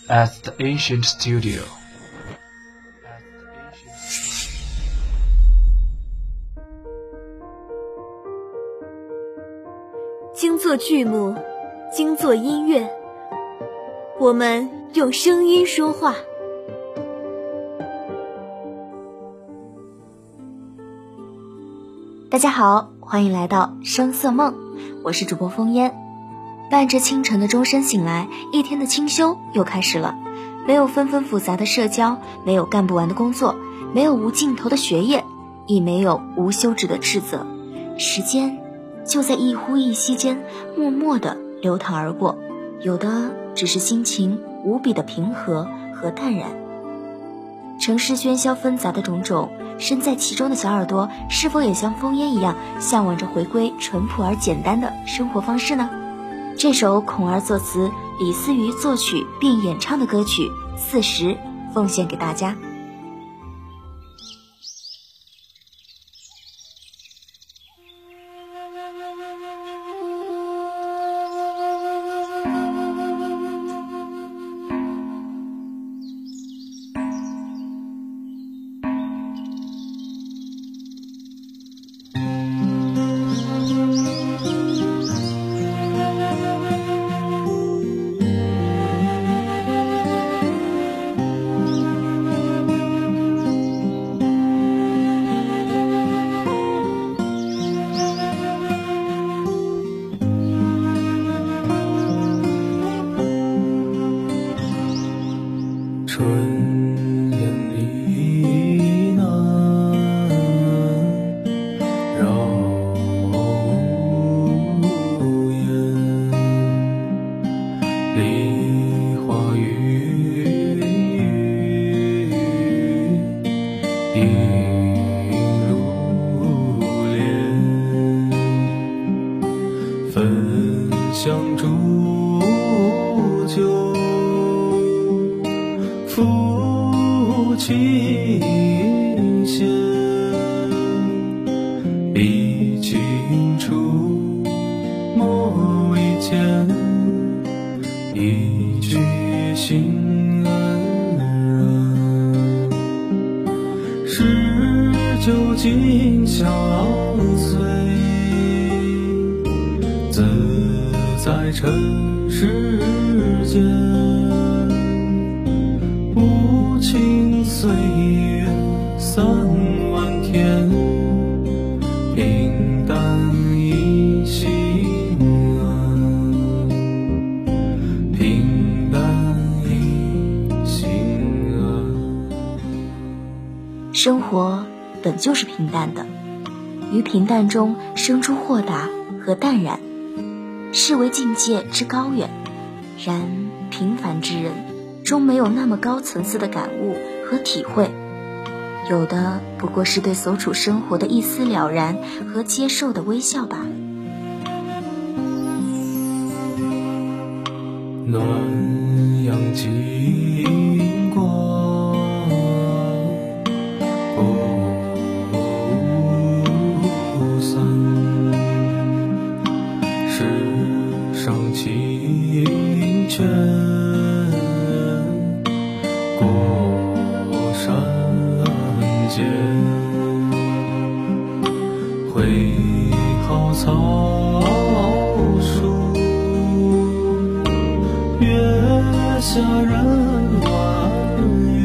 at the ancient studio. 精作剧目，精作音乐，我们用声音说话。 大家好，欢迎来到声色梦，我是主播风烟。伴着清晨的钟声醒来，一天的清修又开始了。没有纷纷复杂的社交，没有干不完的工作，没有无尽头的学业，亦没有无休止的斥责。时间就在一呼一吸间默默地流淌而过，有的只是心情无比的平和和淡然。城市喧嚣纷杂的种种，身在其中的小耳朵是否也像风烟一样向往着回归淳朴而简单的生活方式呢？这首孔儿作词，李思瑜作曲并演唱的歌曲《40》奉献给大家。 春烟里南，绕无言。梨花雨映如莲，焚香煮酒，抚琴弦，忆尽处莫为间，一曲心安然。是酒今相随，自在尘世间。无情岁月三万天，平淡一心安，平淡一心安。 生活本就是平淡的，于平淡中生出豁达和淡然，是为境界之高远。然平凡之人终没有那么高层次的感悟和体会，有的不过是对所处生活的一丝了然和接受的微笑罢了。 暖阳金光，不散，世上清泉过山间，挥毫草书，月下人弯月，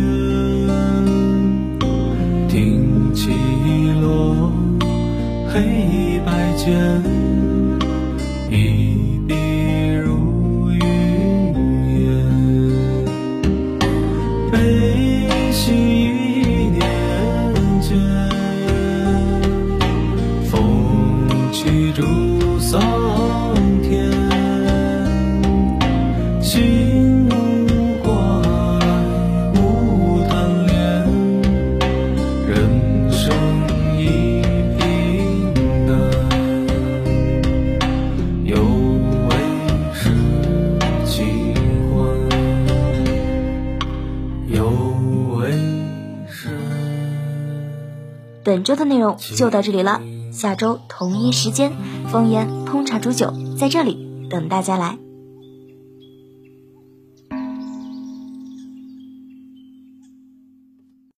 听起落黑白间，一笔如云烟，悲喜一念间，风起竹桑田，心无挂碍无贪恋，人生已平淡，有为是清欢，有为是。 本周的内容就到这里了，下周同一时间，风言烹茶煮酒在这里等大家来。